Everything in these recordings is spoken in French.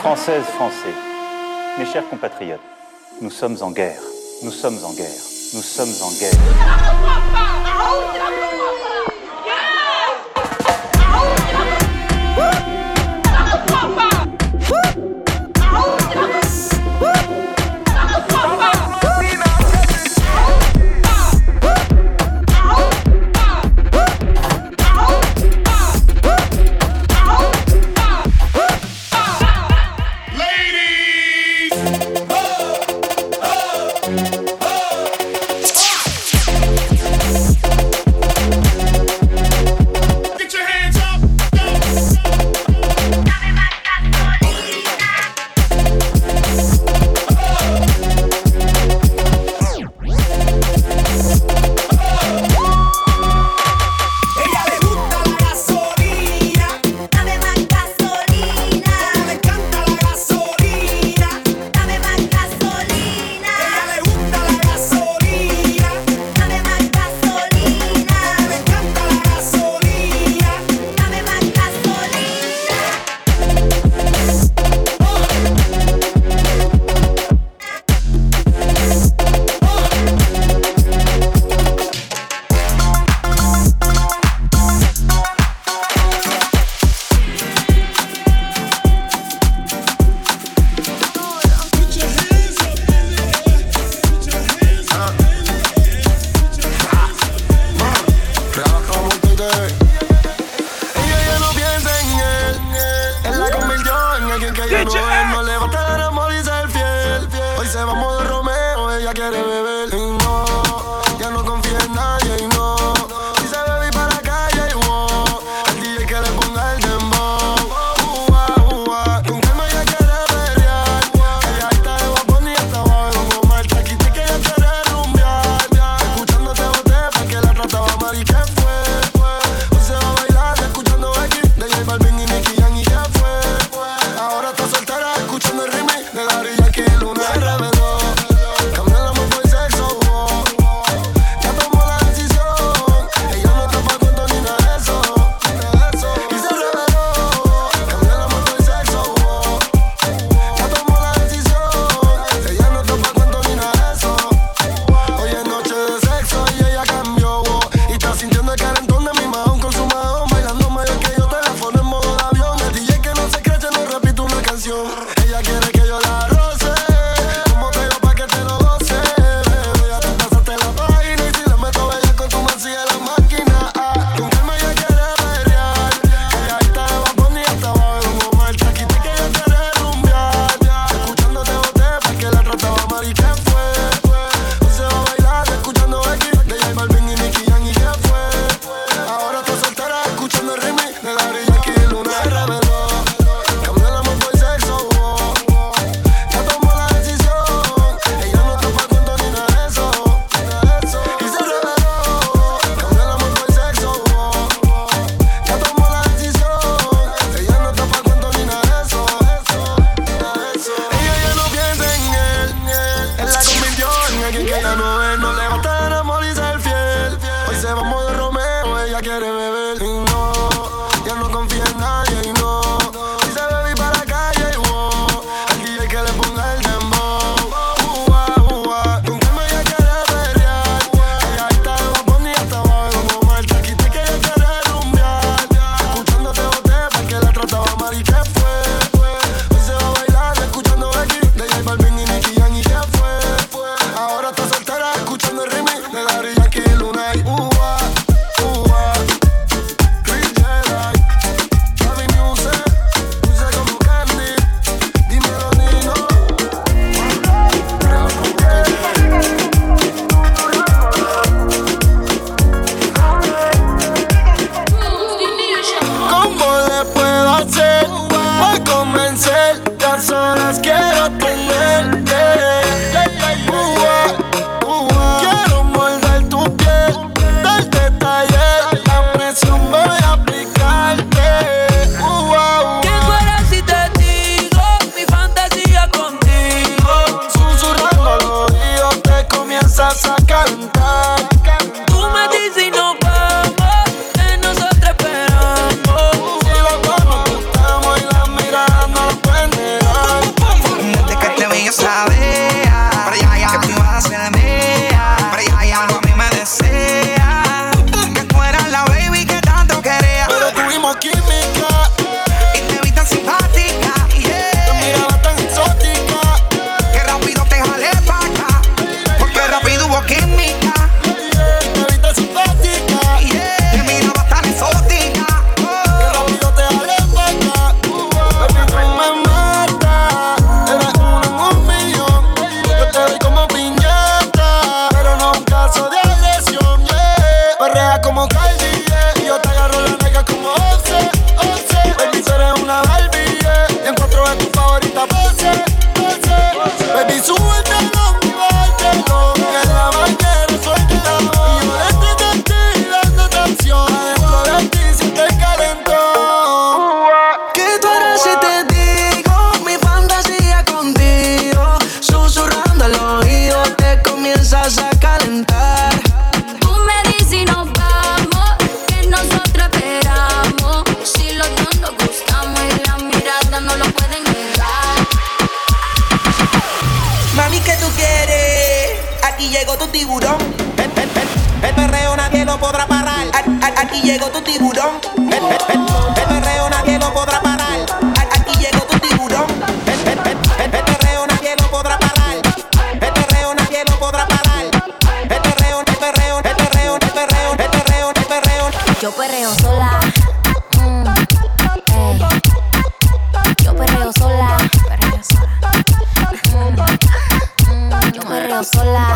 Françaises, Français, mes chers compatriotes, nous sommes en guerre, nous sommes en guerre, nous sommes en guerre. llegó tu tiburón. El perreo nadie lo podrá parar. Aquí llegó tu tiburón. El perreo nadie lo podrá parar. Aquí llegó tu tiburón. El perreo nadie lo podrá parar. El perreo nadie lo podrá parar. El perreo, el perreo, el perreo, el perreo, el perreo, el perreo. Yo perreo sola. Yo perreo sola. Perreo sola. Yo perreo sola.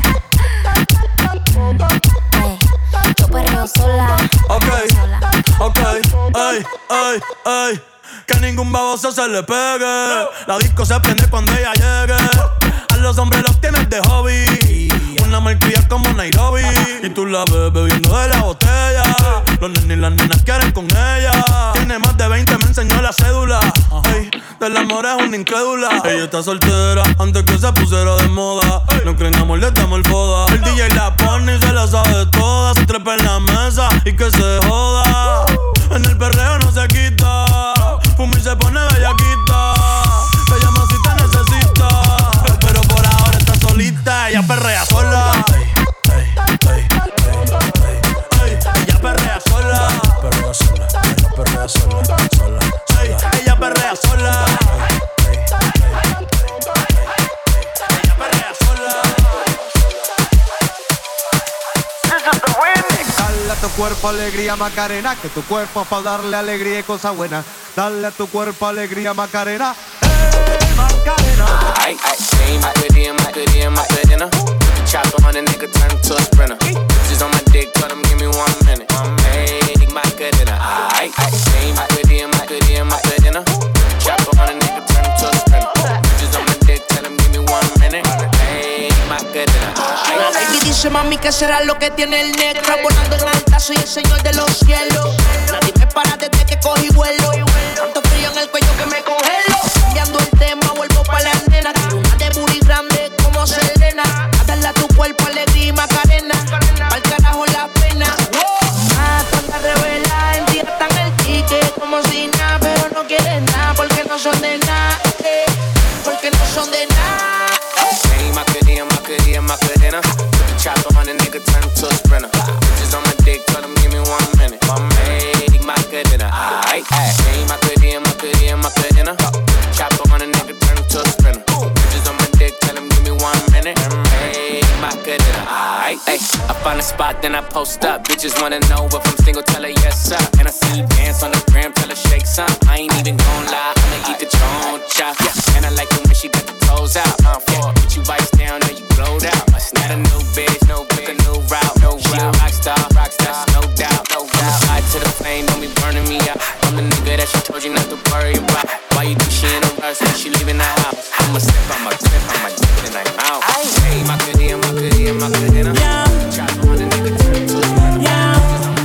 Yo perreo sola. Ok, ey. Que ningún baboso se le pegue. La disco se prende cuando ella llegue. A los hombres los tienes de hobby. Una malcria como Nairobi. Y tú la ves bebiendo de la botella. Los nenes y las nenas quieren con ella. Tiene más de 20, me enseñó la cédula. Ey, del amor es una incrédula. Ella está soltera antes que se pusiera de moda. No creen amor, le damos el foda. El DJ la pone y se la sabe toda. Se trepa en la mesa y que se joda. En el perreo no se quita. Fuma y se pone bellaquita. Te llama si te necesita. Pero por ahora está solita. Ella perrea sola. Ella perrea sola. Perrea sola. Ella perrea sola. Ella perrea sola. Ella perrea sola. Dale a tu cuerpo alegría Macarena, que tu cuerpo es para darle alegría y cosa buena. Dale a tu cuerpo alegría Macarena, Macarena. Ay, say Macarena. Chopper on a nigga, turn him to a sprinter. Bitches on my dick, tell him give me 1 minute. Hey, Macarena. Ay, say Macarena. Chopper on a nigga, turn him to a sprinter. Bitches on my dick, tell him give me 1 minute. Hey, Macarena. La baby dice mami que será lo que tiene el negro. Volando en alta, soy el señor de los cielos. Nadie me para desde que cogí vuelo. Tanto frío en el cuello que me congelo. Cambiando el tema, vuelvo pa' la nena. Una de booty grande como Selena. A darle a tu cuerpo alegría y Macarena. Pa'l carajo la pena. Tanta revela, en día están el ticket como si nada. Pero no quieren nada porque no son de nada. Porque no son de nada. Hey, Macarena. Chopper on a nigga, turn him to a sprinter. Bitches on my dick, tell him give me 1 minute. Hey, Macarena. Ay, hey, Macarena. Chopper on a nigga, turn him to a sprinter. Bitches on my dick, tell him give me 1 minute. Hey, Macarena. Ay, hey, I find a spot, then I post up. Bitches wanna know if I'm single, tell her yes, sir. And I see you dance on the gram, tell her shake some. I ain't even gon' lie, I'ma eat the choncha. Yeah, and I like it when she got the toes out. Yeah, put you vice down, or you glowed out. Not a new bitch, a new route. She a rockstar, no doubt. Side to the flame, don't be burning me out. I'm the nigga that she told you not to worry about. Why you think she in a rush when she leaving the house? I'ma step on my dick and I'm out. Hey, Macarena. Chopper on a nigga, turn him to a sprinter.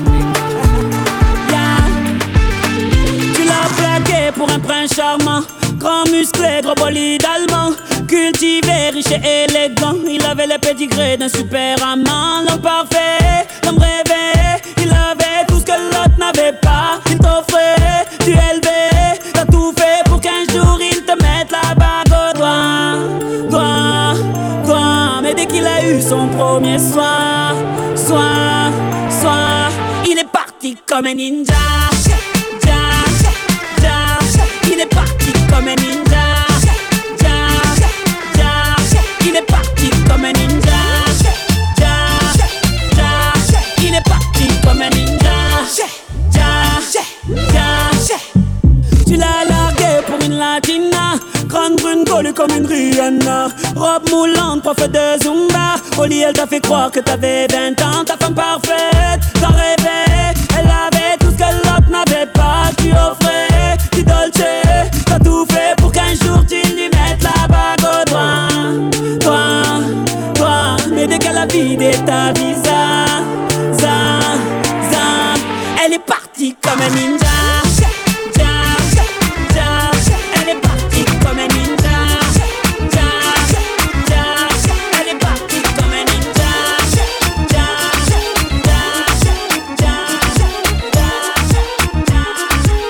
Tu l'as plaqué pour un prince charmant. Grand musclé, gros bolide allemand. Cultivé, riche et élégant. Il avait le pédigré d'un super amant. L'homme parfait, l'homme rêvé. Il avait tout ce que l'autre n'avait pas. Il t'offrait du élevé. T'as tout fait pour qu'un jour il te mette la bague au doigt. Mais dès qu'il a eu son premier soir, il est parti comme un ninja. Il est parti comme un ninja. Il est parti comme un ninja. Il est parti comme un ninja. Tu l'as largué pour une latina. Grande brune collée comme une Rihanna. Robe moulante, prof de Zumba. Au lit elle t'a fait croire que t'avais 20 ans. Ta femme parfaite, t'en rêvais. Elle avait tout ce que l'autre n'avait pas. Tu offrais du dolce. T'as tout fait pour qu'un jour tu lui mettes la bague au doigt. Mais dès qu'elle a vidé ta visa, elle est partie comme un ninja. Elle est partie comme un ninja. Elle est partie comme un ninja.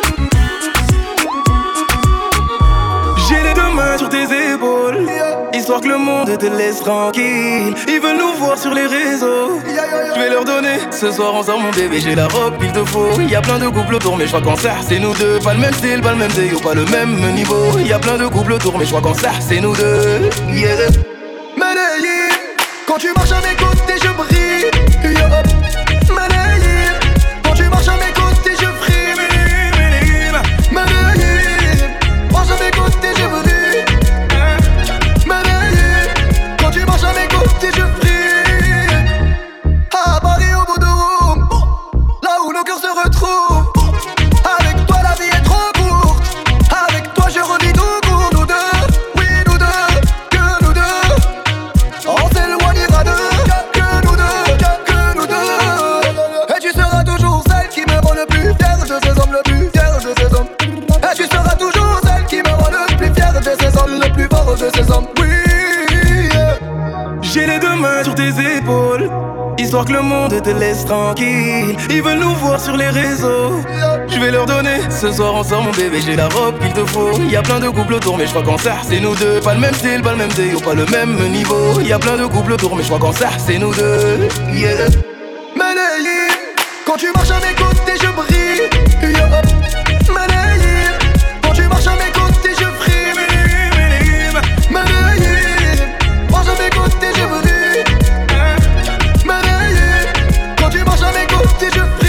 J'ai les deux mains sur tes épaules. Ils histoire que le monde te laisse tranquille. Ils veulent nous voir sur les réseaux. Je vais leur donner ce soir ensemble mon bébé. J'ai la robe qu'il te faut. Y'a plein de couples autour mais je crois qu'en ça c'est nous deux. Pas le même style, pas le même déo, pas le même niveau. Y'a plein de couples autour mais je crois qu'en ça c'est nous deux. Yeah. Medellin, quand tu marches à mes côtés je brille. Yeah. Medellin, quand tu marches à mes côtés je frime. Medellin, marche à mes côtés je brille. Medellin, quand tu marches à mes côtés je brille. À Paris au bout de Rome, là où nos cœurs se retrouvent. Avec toi la vie est trop courte. Avec toi je revis tout court. Nous deux, oui nous deux, que nous deux. On s'éloignera d'eux, que nous deux, que nous deux. Et tu seras toujours celle qui me rend le plus fier de ces hommes, le plus fier de ces hommes. Et tu seras toujours celle qui me rend le plus fier de ces hommes, le plus fort de ces hommes. Oui, yeah. J'ai les deux mains sur tes épaules, histoire que le monde te laisse tranquille. Ils veulent nous voir sur les réseaux. Je vais leur donner ce soir ensemble mon bébé. J'ai la robe qu'il te faut. Y'a plein de couples autour mais je crois qu'en ça c'est nous deux. Pas le même style, pas le même déo, pas le même niveau. Y'a plein de couples autour mais je crois qu'en ça c'est nous deux. Yeah. Medellin, quand tu marches à mes côtés je brille. Yeah. Medellin, quand tu marches à mes côtés je frime. Medellin, marche à mes côtés je brille. Medellin, quand tu marches à mes côtés je brille.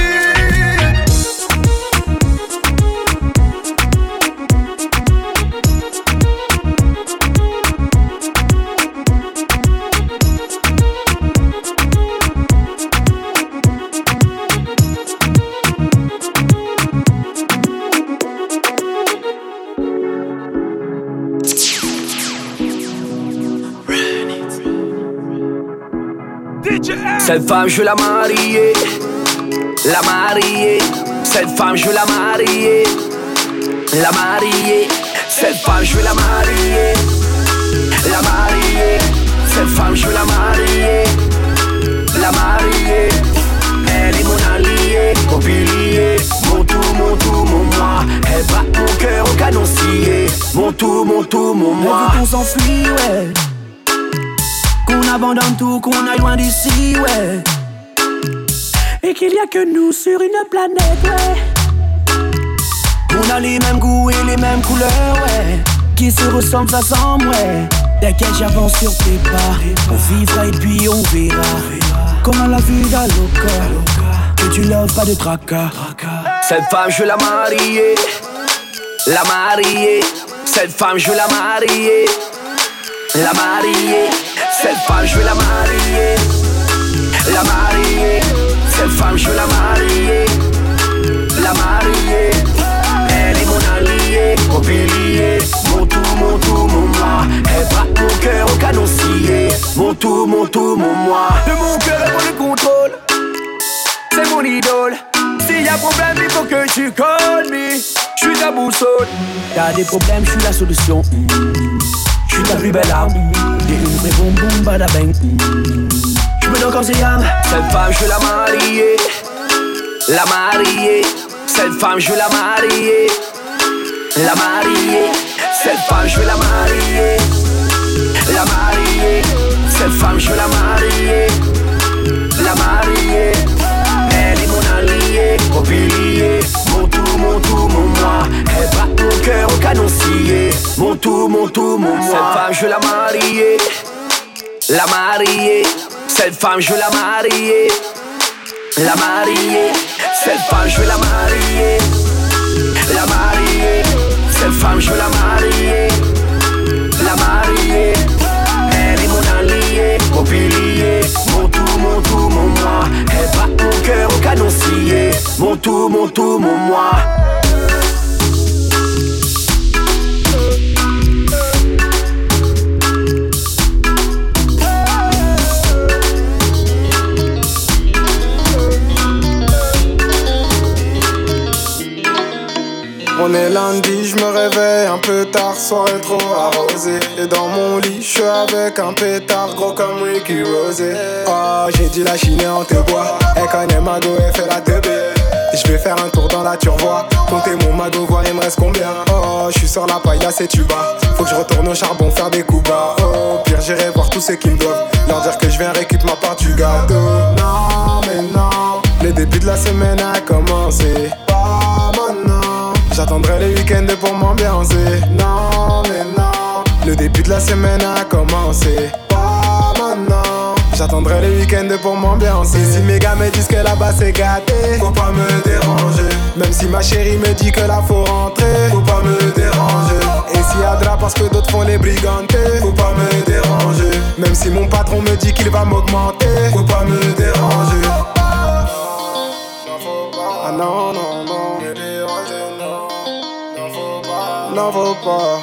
Cette femme je veux la marier, la marier. Cette femme je veux la marier, la marier. Cette femme je veux la marier, la marier. Cette femme je veux la marier, la marier. Elle est mon alliée, mon pilier, mon tout, mon moi. Elle bat mon cœur au canon scié, mon tout, mon moi. Elle veut qu'on s'enfuit, ouais. Qu'on abandonne tout, qu'on aille loin d'ici, ouais. Et qu'il y a que nous sur une planète, ouais. On a les mêmes goûts et les mêmes couleurs, ouais. Qui se ressemblent, ça semble, ouais. T'inquiète, j'avance sur tes pas. On vivra et puis on verra. Comment la vie dans le corps. Que tu lèves pas de tracas. Cette femme je veux la marier, la marier. Cette femme je veux la marier, la marier. Cette femme je veux la marier, la marier. Cette femme je veux la marier, la marier. Elle est mon alliée, mon pilier, mon tout, mon moi. Elle bat mon cœur au canon scié, mon tout, mon moi. De mon cœur elle prend le contrôle. C'est mon idole. S'il y a problème il faut que tu calmes me. J'suis ta boussole. T'as des problèmes, j'suis la solution. J'suis ta plus belle arme. T'es une vraie boum boum badabang. J'peux donc corps et âme. Cette femme je veux la marier, la marier. Cette femme je veux la marier, la marier. Cette femme je veux la marier, la marier. Cette femme je veux la marier, la marier. Elle est mon alliée, mon pilier, mon tout, mon moi. Elle bat mon cœur au canon scié, mon tout, mon moi. Cette femme je veux la marier, la marier. Cette femme je veux la marier, la marier. Cette femme je veux la marier, la marier. Cette femme je veux la marier, la marier. Elle est mon alliée, mon pilier, mon tout, mon moi. Elle bat mon cœur au canon scié, mon tout, mon moi. On est lundi, je me réveille un peu tard, soirée trop arrosée. Et dans mon lit, je suis avec un pétard gros comme Ricky Rosé. Oh, j'ai dû la chiner en te bois. Elle connaît ma go, elle fait la teubée. Je vais faire un tour dans la turvoie. Comptez mon magot, voir il me reste combien. Oh, je suis sur la paille, là c'est tuba. Faut que je retourne au charbon faire des coups bas. Oh, pire j'irai voir tous ceux qui me doivent. Leur dire que je viens récup ma part du gâteau. Non, mais non, le début de la semaine a commencé. Pas maintenant, j'attendrai les week-ends pour m'ambiancer. Non, mais non, le début de la semaine a commencé. Pas maintenant, j'attendrai les week-ends pour m'ambiancer. Si mes gars me disent que là-bas c'est gâté, faut pas me déranger. Même si ma chérie me dit que là faut rentrer, faut pas me déranger. Et si Adra parce que d'autres font les brigantés, faut pas me déranger. Même si mon patron me dit qu'il va m'augmenter, faut pas me déranger. Ah non, non, non, me déranger, non. Non, faut pas.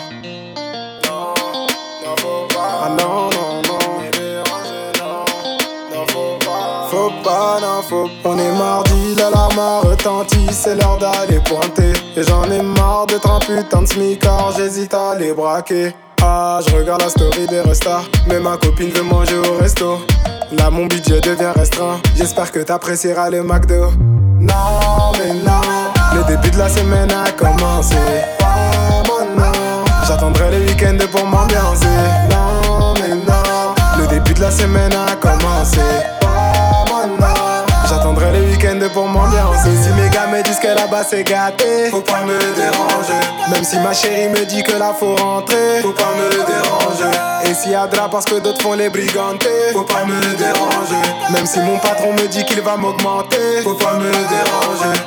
Ah non, non, non, me déranger, non. Faut pas, non, faut pas. On est mardi, l'alarme a retenti, c'est l'heure d'aller pointer. Et j'en ai marre d'être un putain de smicard, j'hésite à les braquer. Ah, je regarde la story des restas, mais ma copine veut manger au resto. Là mon budget devient restreint, j'espère que t'apprécieras le McDo. Non, mais non, le début de la semaine a commencé. Pas maintenant, j'attendrai les week-ends pour m'ambiancer. Non, mais non, le début de la semaine a commencé. Pas maintenant, j'attendrai les week-ends pour m'ambiancer. Si mes gars me disent que là-bas c'est gâté, faut pas me déranger. Même si ma chérie me dit que là faut rentrer, faut pas me déranger. Et si Adra parce que d'autres font les brigantés, faut pas me déranger. Même si mon patron me dit qu'il va m'augmenter, faut pas me déranger.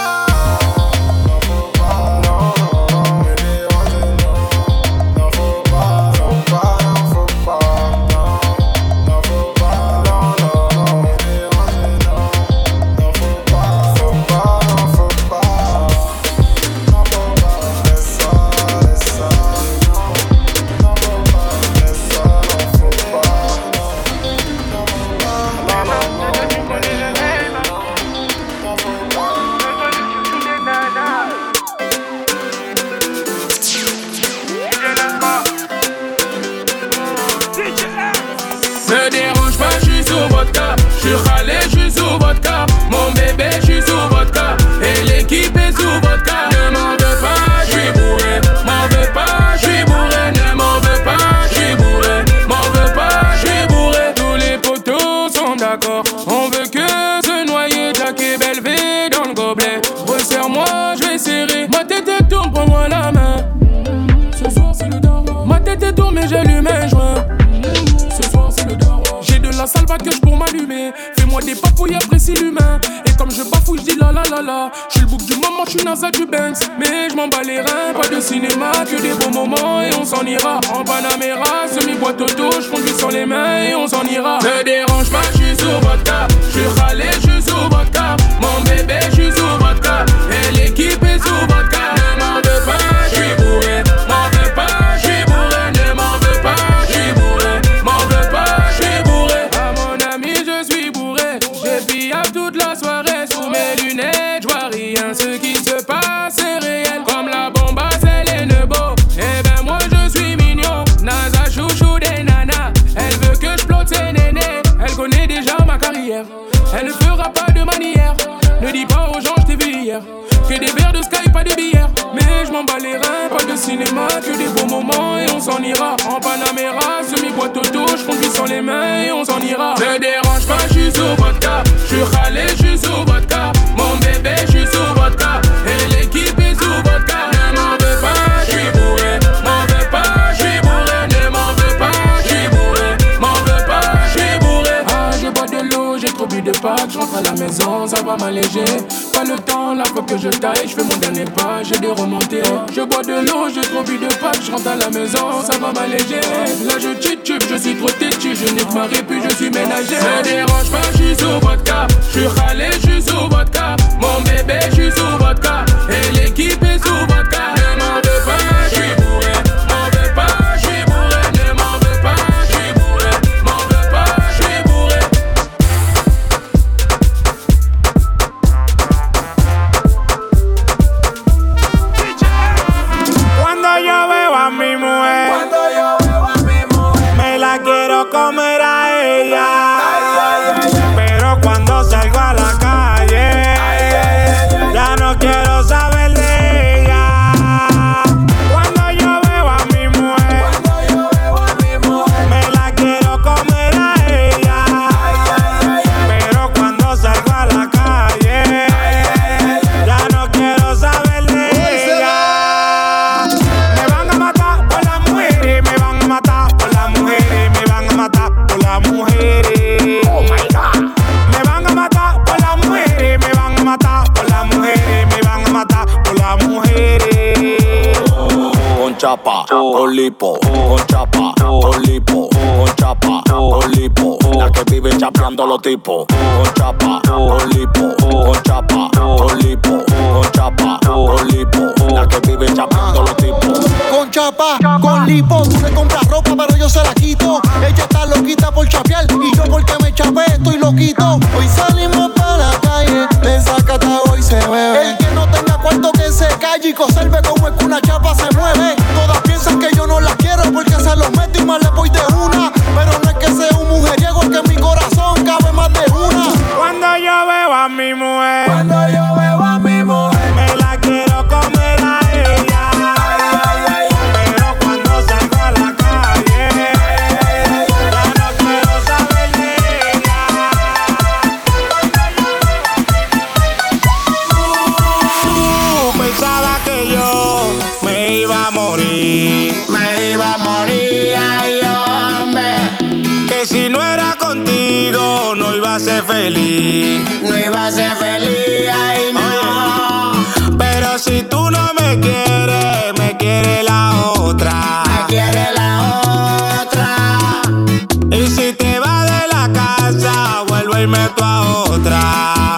J'suis le bouc du moment, j'suis NASA du Banks. Mais j'm'en bats les reins, pas de cinéma, que des beaux moments et on s'en ira. En Panamera, semi-boîte auto, j'conduis sur les mains et on s'en ira. Ne dérange pas, j'suis sous vodka. J'suis râlé, j'suis sous vodka. Mon bébé, j'suis sous vodka. Et l'équipe est sous vodka. Ne m'en veux pas, j'suis bourré. M'en veux pas, j'suis bourré. Ne m'en veux pas, j'suis bourré. M'en veux pas, j'suis bourré. À mon ami, je suis bourré. J'ai pillave toute la soirée sous mes lunettes. Ce qui se passe est réel, comme la bombe à Céline Beau. Eh ben moi je suis mignon, Nasa chouchou des nanas. Elle veut que je plotte ses nénés, elle connaît déjà ma carrière. Elle ne fera pas de manière, ne dis pas aux gens je t'ai vu hier. Que des verres de Sky, pas de bière. Mais je m'en bats les reins, pas de cinéma, que des beaux moments et on s'en ira. En Panamera, semi-boîte auto, je conduis sur les mains et on s'en ira. Ne dérange pas, je suis sous vodka. Je suis râlé, je suis sous vodka. Mon bébé, je suis sous vodka. Et l'équipe est sous vodka. Ne m'en veux pas, je suis bourré. M'en veux pas, je suis bourré. Ne m'en veux pas, je suis bourré. M'en veux pas, je suis bourré. Ah, je bois de l'eau, j'ai trop bu de Pâques. Je rentre à la maison, ça va m'alléger. Pas le temps, la fois que je taille, je fais mon dernier pas, j'ai des remontées. Je bois de l'eau, j'ai trop bu de Pâques. Je rentre à la maison, ça va m'alléger. Là je titube, je suis trop têtu. Je n'ai que mari, puis je suis ménager. Ne dérange pas, je suis sous vodka. Je suis râlé, je suis sous vodka. Mon bébé, je suis sous vodka. Et l'équipe est sous vodka. Ne m'en veux pas, je suis bourré. M'en veux pas, je suis bourré. Ne m'en veux pas, je suis bourré. M'en veux pas, je suis bourré. Cuando yo veo a mi mujer, me la quiero comer a ella. Pero cuando salgo a la calle, con lipo, con chapa, con lipo, con chapa, con lipo. La que vive chapeando los tipos, con chapa, con lipo, con chapa, con lipo, con chapa, con lipo. La que vive chapeando los tipos. Con chapa, con lipo, tú le compras ropa pero yo se la quito. Ella está loquita por chapear y yo porque me chapé estoy loquito. Hoy salimos para la calle, desacata hoy se bebe. El que no tenga cuarto que se calle y conserve como es que una chapa se mueve. Todas piensan que yo no las quiero porque se los meto y más le voy de una. Pero no es que sea un mujeriego, es que en mi corazón cabe más de una. Cuando yo veo a mi mujer, cuando yo veo a mi mujer, me la quiero comer a ella. Pero cuando salgo a la calle, ya no quiero saber de ella. Tú pensabas que yo me iba a morir, ay hombre. Que si no era contigo no iba a ser feliz, ay no. Pero si tú no me quieres, me quiere la otra, Y si te vas de la casa, vuelvo y meto a otra.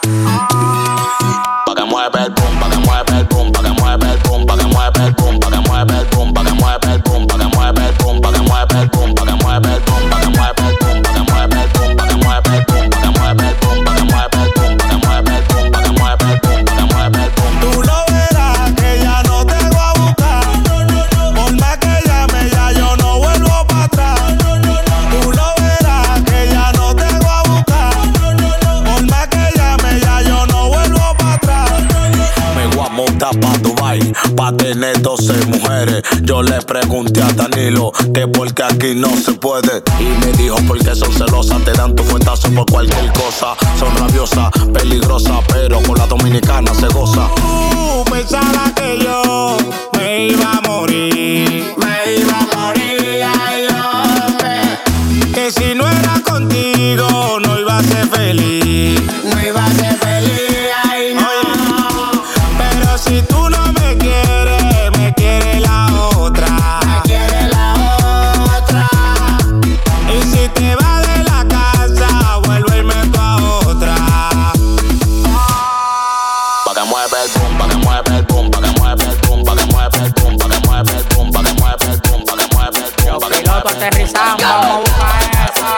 Pa' que mueve el boom, pa' que mueve el boom, pa' que mueve el boom, pa' que mueve el boom, pa' que mueve el boom, pa' que mueve el boom, pa' que mueve el boom, pa' que mueve el boom, pa' que mueve el boom, pa' que mueve el boom, pa' que mueve el boom, pa' que mueve el boom, pa' que mueve el boom, pa' que mueve el boom, pa' que mueve el boom, pa' que mueve el boom, pa' que mueve el boom. Tú lo verás que ya no te voy a buscar. Por más que llame ya yo no vuelvo para atrás. Tú lo verás que ya no te voy a buscar. Por más que llame ya yo no vuelvo para atrás. Me voy a montar pa' Dubai, pa' tener 12 mujeres. Yo le pregunté a Danilo que por qué aquí no se puede. Y me dijo porque son celosas, te dan tu fuetazo por cualquier cosa. Son rabiosas, peligrosas, pero con la dominicana se goza. Tú pensabas que yo me iba a morir, ay hombre. Que si no era contigo no iba a ser feliz, ay no. Pero si tú no me quieres, me quiere la otra, Y si te vas de la casa, vuelvo y meto a otra. Pa' que mueve el boom, pa' que mueve el boom, pa' que mueve el boom, pa' que mueve el boom, pa' que mueve el boom, pa' que mueve el boom, pa' que mueve el boom. Los pilotos aterrizamos, vamos a buscar eso.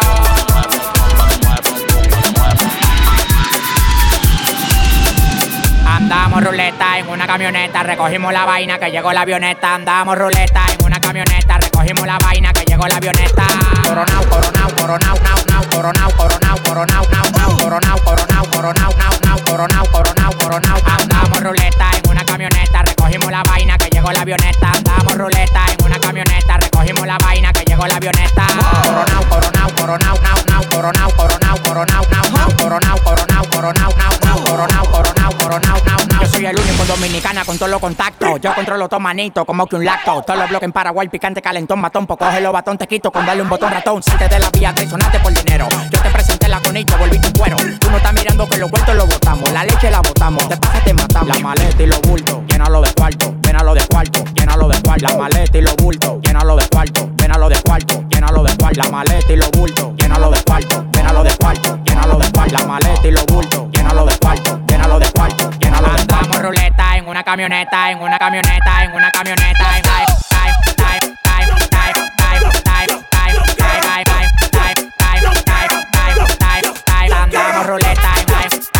Andamos ruleta en una camioneta, recogimos la vaina que llegó la avioneta. Andamos ruleta en una camioneta, recogimos la vaina que llegó la avioneta. Coronao, coronao, coronao, nao, nao, coronao, coronao, coronao, nao, nao, coronao, coronao, coronao, nao, nao, coronao, coronao, coronao. Andamos ruleta en una camioneta, recogimos la vaina que llegó la avioneta. Andamos ruleta en una camioneta, recogimos la vaina que llegó la avioneta. Coronao, coronao, coronao, nao, nao, coronao, coronao, coronao, nao, nao, coronao, coronao, coronao, nao, nao, coronao, coronao, coronao, nao, nao. Yo soy el único dominicana con todos los contactos. Yo controlo todo manito como que un lacto. Todos los bloques en Paraguay, picante, calentón, matón. Pues cógelo batón, te quito con darle un botón ratón. Salte de la vía, traicionaste por dinero. Yo te presenté la conito, volví tu cuero. Tú no estás mirando que los vueltos los botamos. La leche la botamos, te pasa, te matamos. La maleta y los bultos, llénalo de cuarto, llénalo de cuarto, llénalo de cuarto. La maleta y los bultos, llénalo de cuarto, llénalo de cuarto, llénalo de cuarto. La maleta y los bultos, llénalo de cuarto, llénalo de cuarto, llénalo de cuarto. La maleta y los bultos, llénalo de cuarto, llénalo de cuarto, llénalo de cuarto. Andamos ruleta en una camioneta, en una camioneta, en una camioneta, en andamos ruleta en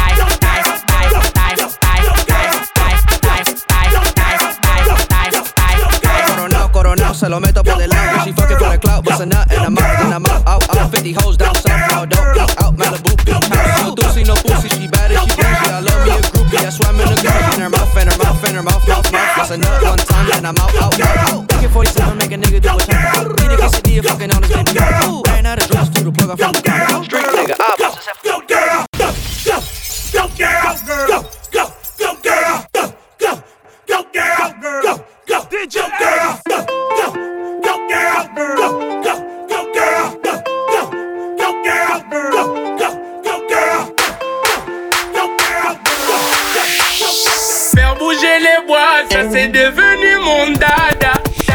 Coronao, se lo meto por delante. She fucking for the clout, bust a nut and I'm out, 50 hoes down south, don't out Malibu, beach house. No doozy, no pussy, she bad as she bougie. I love me a groupie, that's why I'm in the groove. In her mouth, in her mouth, in her mouth, bust a nut one time and I'm out. Back at 47, make a nigga do a jump. Need a quesadilla, fucking on his baby. Ran out of drugs, threw the plug off from the car. Straight nigga, Go girl, go, go, go girl, go, go, go girl, go, go, go girl, go, go, did you girl, go, go, go girl, go, go, go girl, go, go, go girl, go, go, go girl, go girl, go. Faire bouger les bois, ça c'est devenu mon dada.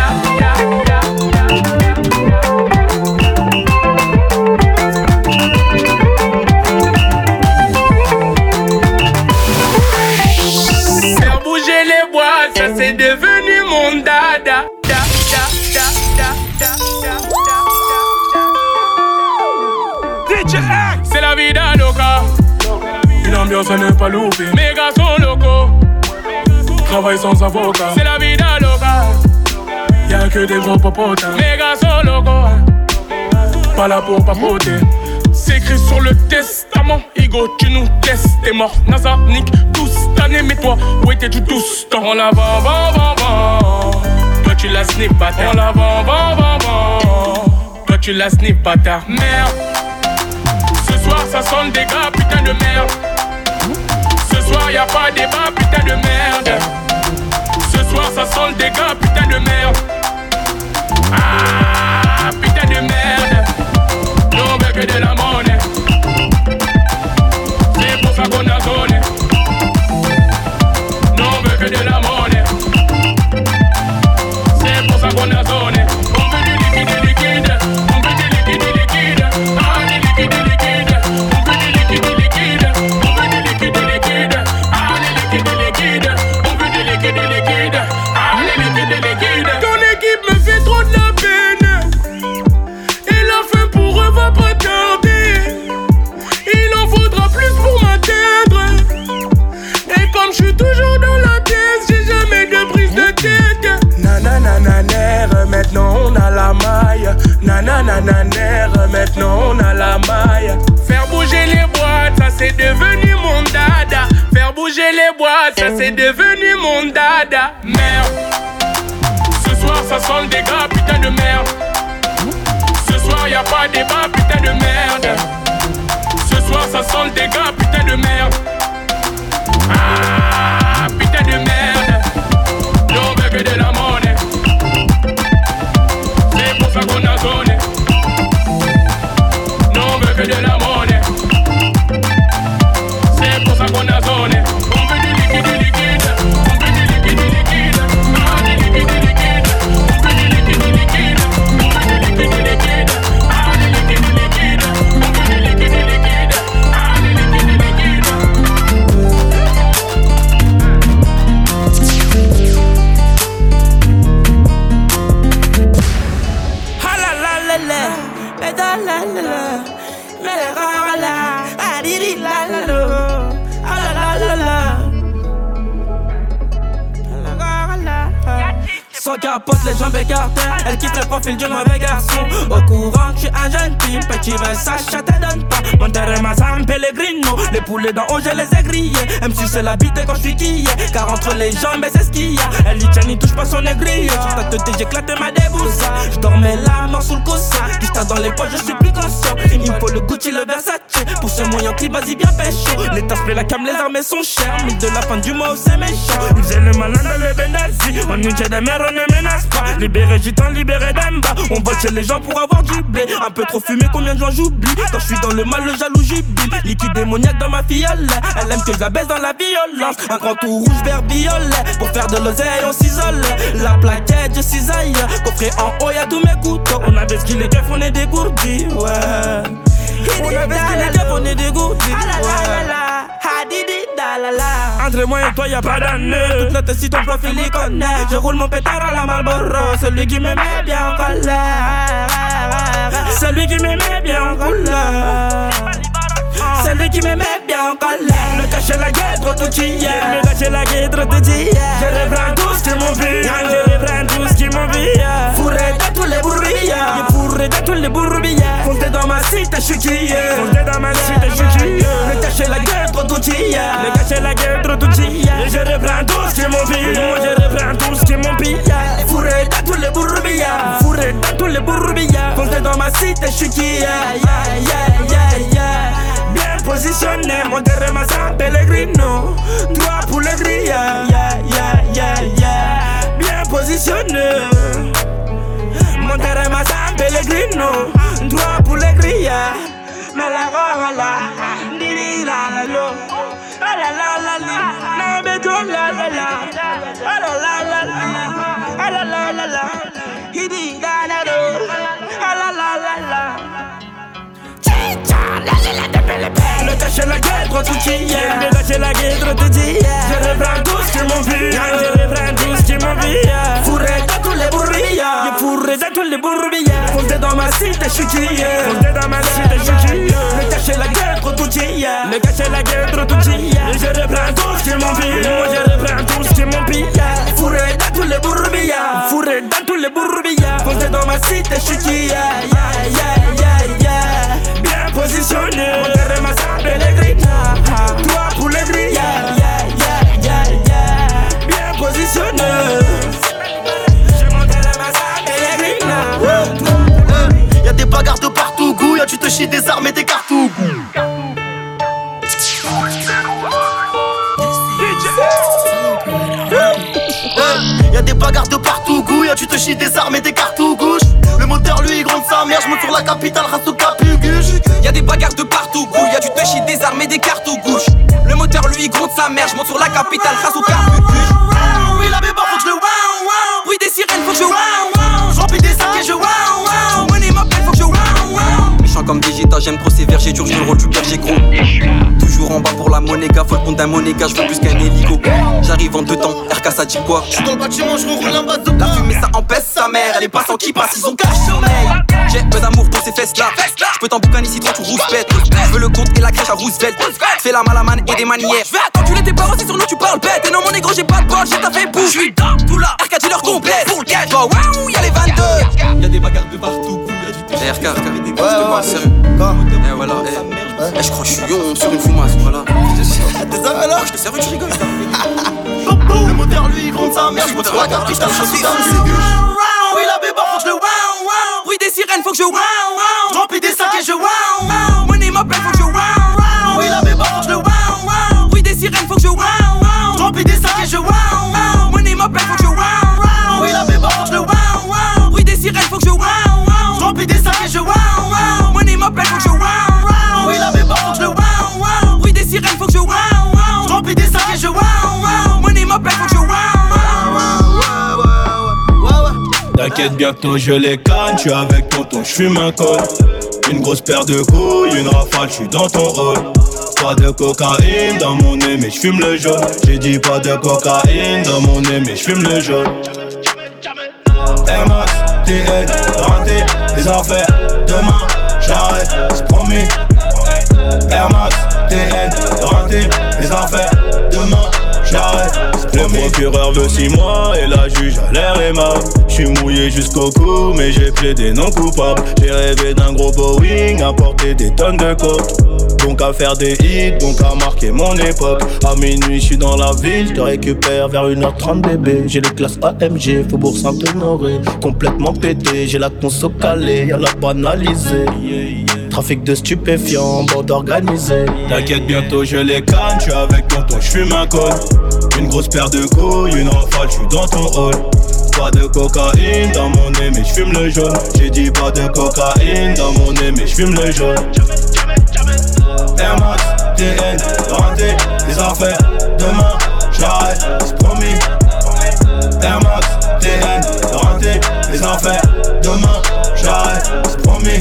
l'ambiance à ne pas louper. Mes gars sont locaux, travaillent sans avocat. C'est la vie d'un local, y'a que des gros popotins. Mes gars sont locaux, pas là pour papoter. C'est écrit sur le testament. Igo, tu nous testes, t'es mort. NASA, nique tous cette année. Mais toi, où étais-tu tout ce temps? On la vend. Toi, tu la snip, bâtard. On la vend. Toi, tu la snip, bâtard. Merde. Ce soir, ça sent le dégât, putain de merde. Ce soir, y'a pas de débat, putain de merde. Ce soir, ça sent le dégât, putain de merde. Ah, putain de merde. Non, mais que de la monnaie. C'est pour ça qu'on a zoné. Non, mais que de la monnaie. C'est pour ça qu'on a zoné. On veut du liquide. On veut du liquide. Ah, du liquide. On veut du liquide. On veut du liquide. Ah, du liquide. On veut du liquide. Ah, du liquide. Ton équipe me fait trop de la peine. Et la fin pour eux va pas tarder. Il en faudra plus pour m'atteindre. Et comme je suis toujours dans la tête, j'ai jamais de prise de tête. Nananananer, maintenant on a la maille. Nananananer, maintenant on a la maille. Faire bouger les boîtes, ça c'est devenu mon dada. Faire bouger les boîtes, ça c'est devenu mon dada. Merde. Ce soir ça sent le dégât, putain de merde. Ce soir y'a pas de débat, putain de merde. Ce soir ça sent le dégât, putain de merde. Ah, putain de merde. Non, mais que de la monnaie. C'est pour ça qu'on a zoné. Non, mais que de la monnaie. C'est pour ça qu'on a zoné. On veut du liquide. On veut du liquide. Ah, du liquide. On veut du liquide. On veut du liquide. Ah, du liquide. On veut du liquide. Ah, du liquide. Sans capote, les jambes écartées. Elle kiffe le profil du mauvais garçon. Au courant que je suis un jeune team. Petit Versace, ça te donne pas. Mon terrain, San Pellegrino. Les poulets d'en haut, je les ai grillés. M6 c'est la bite quand je suis quillé. Car entre les jambes, c'est ce qu'il y a. Elle dit tiens, n'y touche pas son aigri. Sur ta tête, j'éclate ma débousse. Je dormais la mort sous le coussin. Pista dans les poches, je suis plus conscient. Il me faut le Gucci, le Versace. Pour ce moyen clip, vas-y bien pécho. Les tasses, la cam, les armes sont chères. Mais de la fin du mois, c'est méchant. Ils faisaient le malin dans le Benazzi. On nous tient des mères, on ne menace pas. Libéré gitan, libéré d'Emba. On vote chez les gens pour avoir du blé. Un peu trop fumé, combien de gens j'oublie. Quand je suis dans le mal, le jaloux jubile. Liquide démoniaque dans ma fiole. Elle aime que je la baisse dans la violence. Un grand tout rouge, vert, violet. Pour faire de l'oseille, on s'isole. La plaquette, je cisaille. Coffret en haut, y'a tous mes couteaux. On avait ce qu'il est keufs, on est dégourdis. Ouais. On avait ce qu'il est keufs, on est dégourdis. Entre moi et toi y'a pas d'année. Toute la tête si ton profil y connaît. Je roule mon pétard à la Marlboro. Celui qui me met bien en colère. Celui qui me met bien en colère. Celui qui me met bien en colère. Le cacher la gueule, trop tout hier. Le cacher la gueule, trop tout hier. Je reprends tout ce qui m'ont vu. Je reprends tout ce qui m'ont vu. Fourré dans tous les bourbillards. Fourré dans tous les bourbillards. Comptez dans ma cité, je suis qui hier. Comptez dans ma cité, je suis qui hier. Le cacher la gueule, trop tout hier. Le cacher la gueule, trop tout hier. Je reprends tout ce qui m'ont vu. Je reprends tout ce qui m'ont pillé. Fourré dans tous les bourbillards. Fourré dans tous les bourbillards. Comptez dans ma cité, je suis qui hier. Bien positionné, mon terrain, San Pellegrino. Droit pour le grillage. Bien positionné. Mon terrain, San Pellegrino. Droit pour le grillage. Mais la rola, ni la la lo. Ah la la la la. Non mais tout la la la. Ah la la la la. Ah la la la la. Il dit la la lo. Ah la la la la. La la la la. Le cache et la guêtre, tout y est. Le cache et la guêtre, tout y est. Je reprends tout ce qui m'envie. Je reprends tout ce qui m'envie. Fourré dans tous les bourbillas. Je fourré dans tous les bourbillas. Foncé dans ma cité, je suis qui est. Foncé dans ma cité, je suis qui est. Le cache et la guêtre, tout y est. Le cache et la guêtre, tout y est. Je reprends tout ce qui m'envie. Moi je reprends tout ce qui m'envie. Fourré dans tous les bourbillas. Fourré dans tous les bourbillas. Foncé dans ma cité, je suis qui est. Bien positionné, mon terrain m'a sapé les grilles. Toi pour les grilles, bien positionné. J'ai mon terrain m'a sapé les grilles. Y'a des bagarres de partout, goût. Y'a tu te chies des armes et des cartouches. Y'a des bagarres de partout, goût. Y'a tu te chies des armes et des cartouches. Le moteur lui il gronde sa mère, j'monte sur la capitale, race au capuguche. Y'a des bagarres de partout, goût. Y'a du touchy, des armes et des cartes au gauche. Le moteur lui il gronde sa mère, j'monte sur la capitale, race au capuguche. Oui la béba faut que je le wow wow. Oui des sirènes faut que je wow wow. J'remplis des sacs et je wow wow. Money m'appelle faut que je wow wow. Méchant comme Vegeta, j'aime trop ces vergers durs, je le rôle du berger gros. Toujours en bas pour la monéga, faut le compte d'un monéga, j'veux plus qu'un hélico. J'arrive en 2 temps, RK ça dit quoi? J'suis dans le bâtiment, j'roule un bateau. La fumée ça empêche sa mère, elle est pas sans qui passe, ils ont cache sommeil. J'ai peu d'amour pour ces fesses là. J'peux t'emboucaner si toi tu rouspètes. J'veux le compte et la crèche à Roosevelt. Fais la malamane et des manières. J'vais t'enculer tes parents, c'est sur nous tu parles bête. Et non mon négro j'ai pas de bol, j'ai taffé bout. J'suis dans tout là, RK dis leur complète. Pour le cash, bah waouh, y'a les 22. Y'a des bagarres de partout, y'a du RK, ouais, sérieux. Eh voilà, eh, j'crois que j'suis sur une fumasse, voilà. Désolé alors, j'te sérieux, tu rigoles. Le moteur lui il gronde sa mère, j'monte sur la capitale, race au capuguche. Oui la béba faut que je le wow wow. Oui des sirènes faut que je wow wow. J'remplis des sacs et je wow wow. Money m'appelle faut que je wow wow. Oui la béba faut que je le wow wow. Oui des sirènes faut que je wow wow. J'remplis des sacs et je wow wow. Money m'appelle faut que je wow wow. Oui la béba faut que je le wow wow. Oui des sirènes faut que je wow wow. J'remplis des sacs et je wow wow. Money m'appelle faut que je wow wow. Oui la béba faut que je le wow wow. Oui des sirènes faut que je wow wow. J'remplis des sacs et je wow wow. Money m'appelle faut que je wow wow. T'inquiète, bientôt je les canne, j'suis avec tonton, j'fume un col. Une grosse paire de couilles, une rafale, j'suis dans ton rôle. Pas de cocaïne dans mon nez, mais j'fume le jaune. J'ai dit pas de cocaïne dans mon nez, mais j'fume le jaune. Air Max, TN, raté, les affaires. Demain, j'arrête, c'est promis. Air Max, TN, raté, les affaires. Demain, j'arrête. Le procureur veut 6 mois et la juge a l'air aimable. J'suis mouillé jusqu'au cou mais j'ai plaidé non coupable. J'ai rêvé d'un gros Boeing à porter des tonnes de coke. Donc à faire des hits, donc à marquer mon époque. À minuit j'suis dans la ville, j'te récupère vers 1h30 bébé. J'ai les classes AMG, Faubourg Saint-Honoré. Complètement pété, j'ai la conso calée, y'a la banalisée. Trafic de stupéfiants, bande organisée. T'inquiète, bientôt je les canne, j'suis avec tonton, j'fume un col. Une grosse paire de couilles, une rafale, j'suis dans ton hall. Pas de cocaïne dans mon nez, mais j'fume le jaune. J'ai dit pas de cocaïne dans mon nez, mais j'fume le jaune. Air Max, TN, raté, les affaires. Demain, j'arrête, c'est promis. Air Max, TN, raté, les affaires. Demain, j'arrête, c'est promis.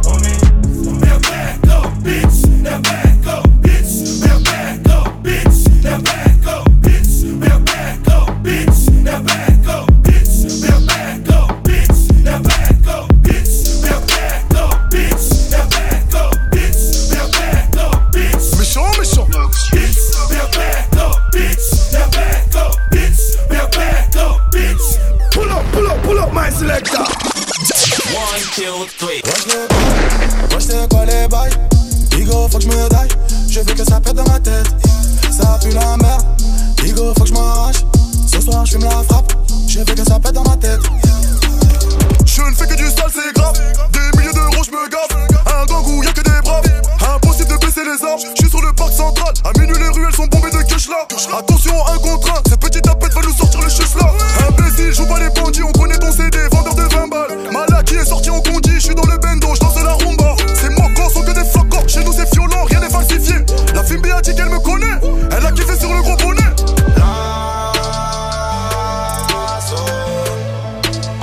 Wesh c'est quoi les bails? Bigo faut que j'me daille. Je veux que ça pète dans ma tête. Ça pue la merde. Bigo faut que j'm'arrache. Ce soir j'fume la frappe. Je veux que ça pète dans ma tête. Je ne fais que du sale, c'est grave. Des milliers d'euros j'me gave. Un gang où y'a que des braves. Impossible de baisser les armes. J'suis sur le parc central. À minuit les ruelles sont bombées de cash là. Attention un contre un. Cette petite tapette va nous sortir le chus là. Imbécile, joue pas les bandits. On connaît ton CD, vendeur de 20 balles. Malaki est sorti en condi. J'suis dans le bendo, j'danse la rumba. C'est moco, sont que des flacons. Chez nous c'est violent, rien n'est falsifié. La fille a dit qu'elle me connaît. Elle a kiffé sur le gros bonnet.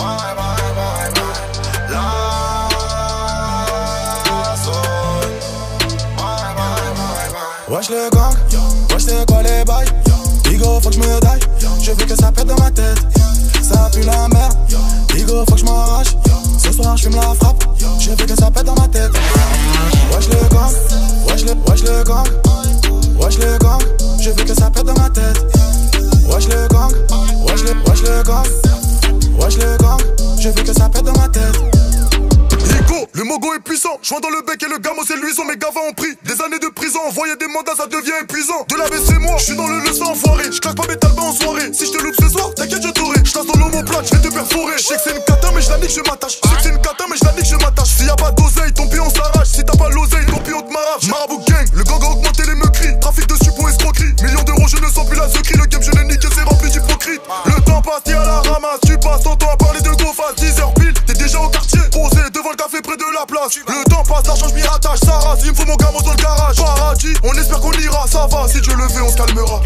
Wesh le gang, wesh c'est quoi les bails? Bigo faut que j'me daille, je veux que ça pète dans ma tête. Ça pue la merde, Bigo faut que j'm'arrache. Ce soir j'fume la frappe, je veux que ça pète dans ma tête. Wesh le gang, wesh le gang, wesh le gang, je veux que ça pète dans ma tête. Wesh le gang, wesh le gang, wesh le gang, je veux que ça pète dans ma tête. Rico, le mogo est puissant. Joint dans le bec et le gamo c'est luisant. Mes gavas ont pris des années de prison. Envoyer des mandats ça devient épuisant. De la baisse c'est moi, j'suis dans le leçon enfoiré. J'claque pas mes talbans en soirée. Si j'te loupe ce soir, t'inquiète je t'aurai. J'tasse dans l'homoplate, j'vais te perforer. J'sais que c'est une cata mais j'la nique je m'attache. J'sais que c'est une cata mais j'la nique je m'attache. S'il y a pas d'oseille, ton pied on s'arrache. Si t'as pas l'oseille, ton pied on te m'arrache. Marabout gang, le gang a augmenté les meurtris. Trafic de suppos escroquerie. Millions d'euros je ne sens plus la secrie. Le game je l'ai niqué c'est rempli d'hypocrite. Le temps passe, t'es à la ramasse. Tu passes ton temps à parler de go face 10h pile. T'es déjà au quartier, posé devant le café près de la place. Le temps passe, l'argent j'm'y rattache. Ça rase, il me faut mon gamin dans le garage. Paradis, on espère qu'on ira, ça va. Si Dieu le veut, on se calmera.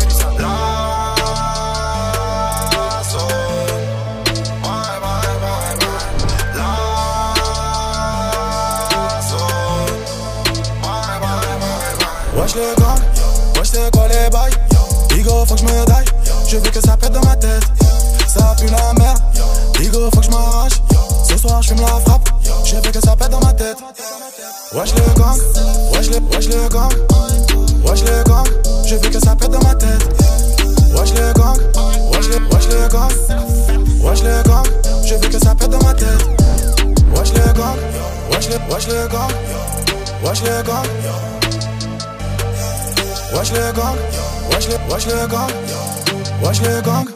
Wesh le gang, wesh c'est quoi les bails? Bigo faut que j'me daille, je veux que ça pète dans ma tête. Ça pue la merde, Bigo faut que j'm'arrache. Ce soir j'fume la frappe, je veux que ça pète dans ma tête. Wesh le gang, wesh le gang, wesh le gang, je veux que ça pète dans ma tête. Wesh le gang, wesh le gang, wesh le gang, je veux que ça pète dans ma tête. Wesh le gang, wesh le gang, wesh le gang, wesh le gang, wesh le gang, wesh le gang.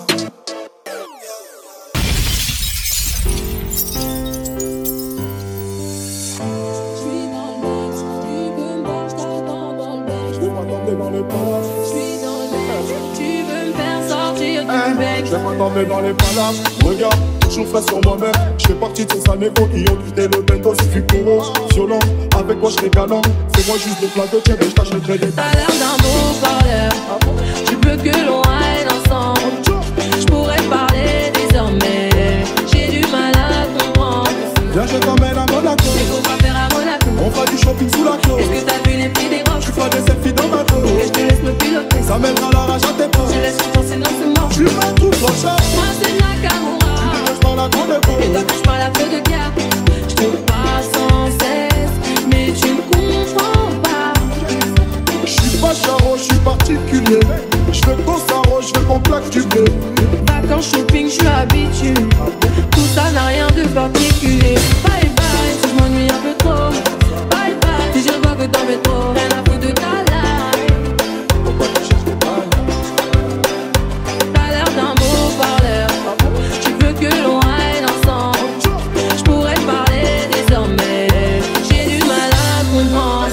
Je vais m'attendre dans les palaces. Regarde, toujours frais sur moi-même. Je fais partie de ces anéros qui ont quitté le bendo. Si tu cours, violent, avec moi je serai galant. Fais-moi juste des plats de tiens et je tâche le crédit. T'as l'air d'un beau parleur. Tu veux que l'on aille ensemble. Je pourrais parler désormais. J'ai du mal à comprendre. Viens, je t'emmène à Monaco. Et qu'on va faire à Monaco. On fera du shopping sous la clé. Est-ce que t'as vu les prix des robes? Tu feras des selfies dans ma dos. Et je te laisse me piloter. Ça mènera la rage à tes pas. Je laisse danser dans ce mort. Tu m'as tout trop cher. Moi c'est Nakamura. Tu me par la grande épaule. Et toi que je parle à feu de guerre. Je te parle sans cesse, mais tu ne comprends pas. Je suis pas charo, je suis particulier. Je veux qu'on s'arrose, je veux qu'on plaque du blé. Vacances shopping, je suis habitué. Tout ça n'a rien de particulier. Bye bye, si je m'ennuie un peu trop. Bye bye, si je vois que t'en mets trop. Rien à foutre de ta life. Pourquoi tu cherches des balles? T'as l'air d'un beau parleur. Tu veux que l'on aille ensemble. Je pourrais parler désormais. J'ai du mal à comprendre.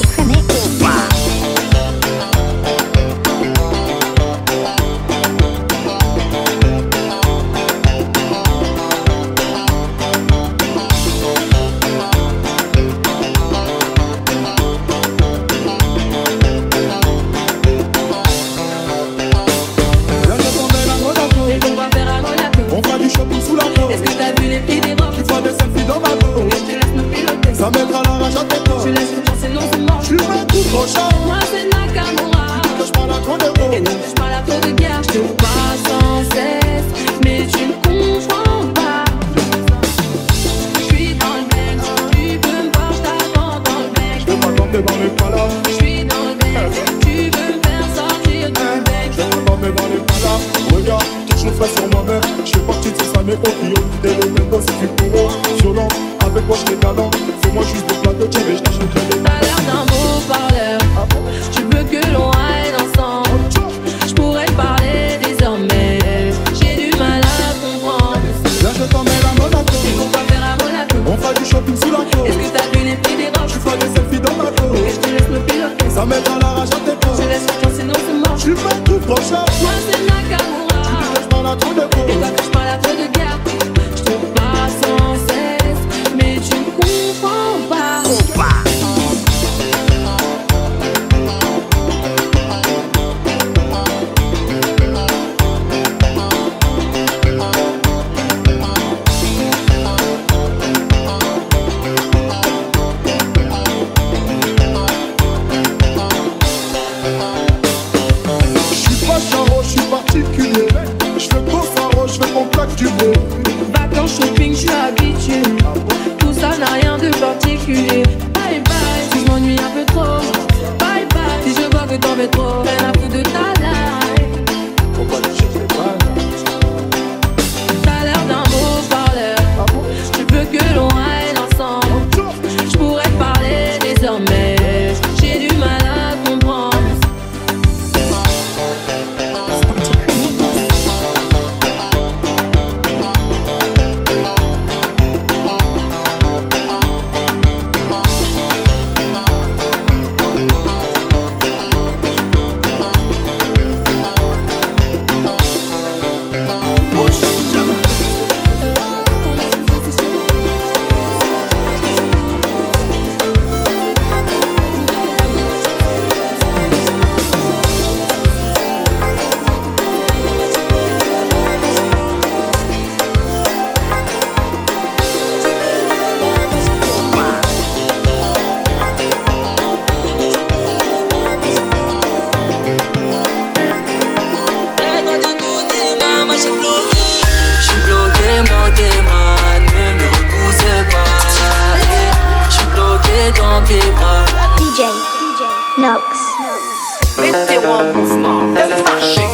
Ça mènera la rage à tes pas. Je laisse danser, non c'est mort. Tu m'as tout trop cher. Moi c'est Nakamura. Que je parle à trop d'épaule. Et donc je parle à trop de guerre. Je te parle sans cesse, mais tu ne comprends pas. Je suis dans le bec, tu peux me voir, je t'attends dans le bec. Je vais m'attendre dans les palas. Je suis dans le bec, tu veux me faire sortir du bec. Je vais m'attendre dans les palas. Regarde, toujours frais sur moi-même. Je fais partie de ces anéros qui ont quitté le bendo. Si tu cours, violent, avec moi je serai galant. Fais-moi juste des plats de tiens et je tâche le crédit. T'as l'air d'un beau parleur. Tu veux que l'on aille ensemble. Je pourrais parler désormais. J'ai du mal à comprendre. Là je t'emmène à Monaco. Et qu'on va faire à Monaco. On fera du shopping sous la clé. Est-ce que t'as vu les prix des robes? Tu feras des selfies dans ma dos. Et je te laisse me piloter. Ça mènera la rage à tes pas. Je laisse danser, non c'est mort. Tu m'as tout trop cher. Moi c'est Nakamura. Que je parle à trop d'épaule. Et toi que je parle à trop de guerre. Je te parle sans cesse, mais tu ne comprends pas. DJ Nox. Mettez-moi en mouvement, marchez.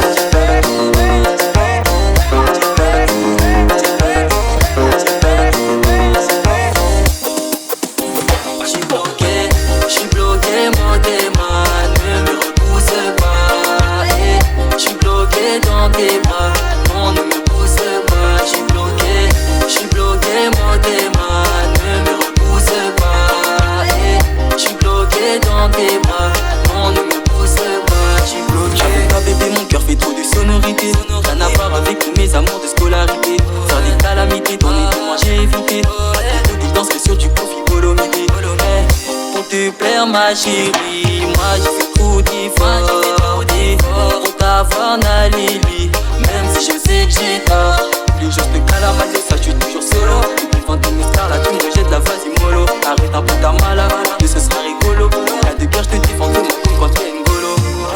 J'suis bloqué, mon démon, ne me repousse pas. J'suis bloqué dans tes bras, non ne me pousse pas. J'suis bloqué, mon démon, ne me repousse pas. J'suis bloqué dans tes bras, non ne me pousse pas. J'suis bloqué. Avec ma bébé, mon cœur fait trop de sonorités. Rien à voir avec tous mes amours de scolarité. Faire des calamités, dans les deux mois j'ai évité. Je danserai sur du profit bolomité. Pour te plaire ma chérie, moi j'ai fait trop d'efforts pour t'avoir Nalili. Même si je sais que j'ai tort, les jours je te calamate, ça je suis toujours solo. Devant tous mes stars là tu me rejettes la vas-y mollo. Arrête un peu ta malade, que ce sera rigolo. Rien de guerre je te défends, fais moi contre Ngolo.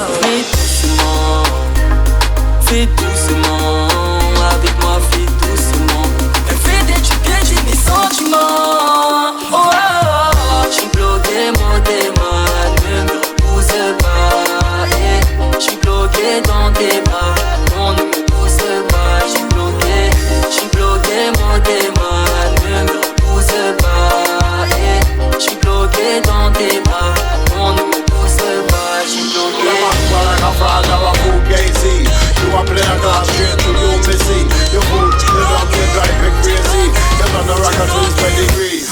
Fais doucement, avec moi fais doucement. Elle fait des trucs que j'ai mes sentiments. Oh, oh, oh. J'suis bloqué, mon démon, ne me repousse pas. J'suis bloqué dans tes bras, non ne me pousse pas. J'suis bloqué, mon démon, ne me repousse pas. J'suis bloqué dans tes bras, non ne me pousse pas. J'suis bloqué. You are playing God straight to you missy. You fool, you don't get drive me crazy. You're on the rock and roll 20 degrees.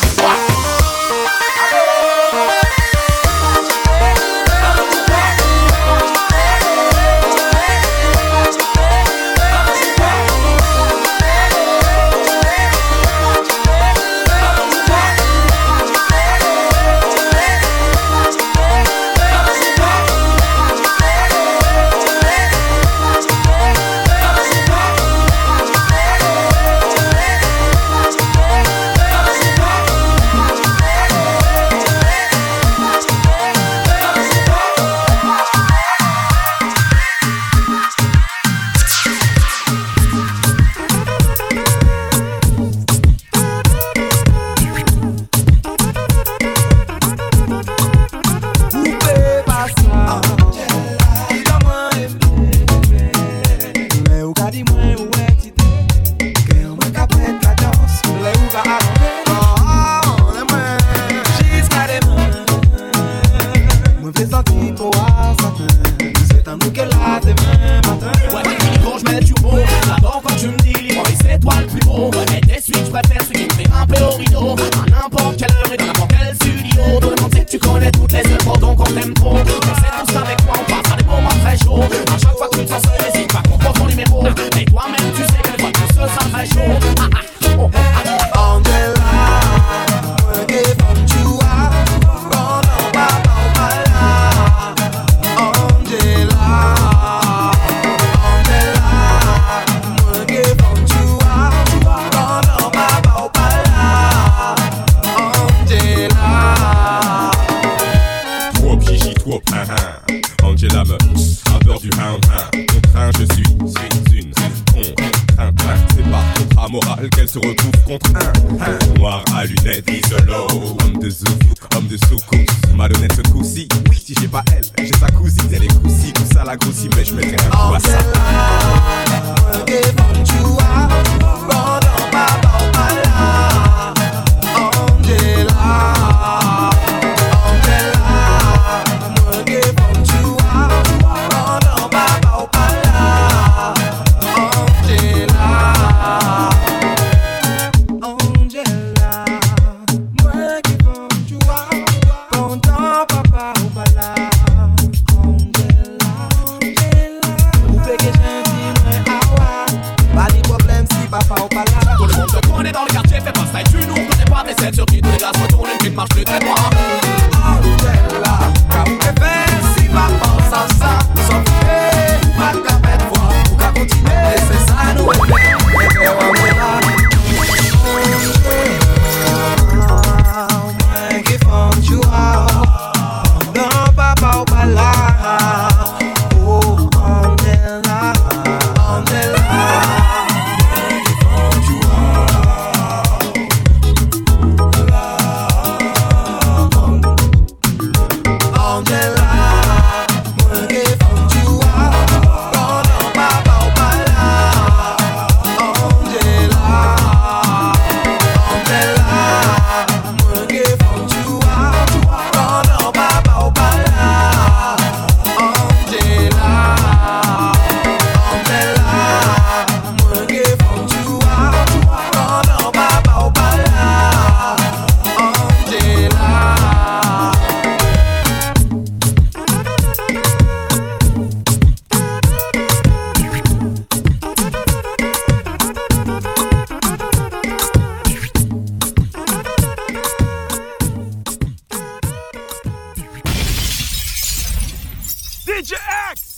DJ X.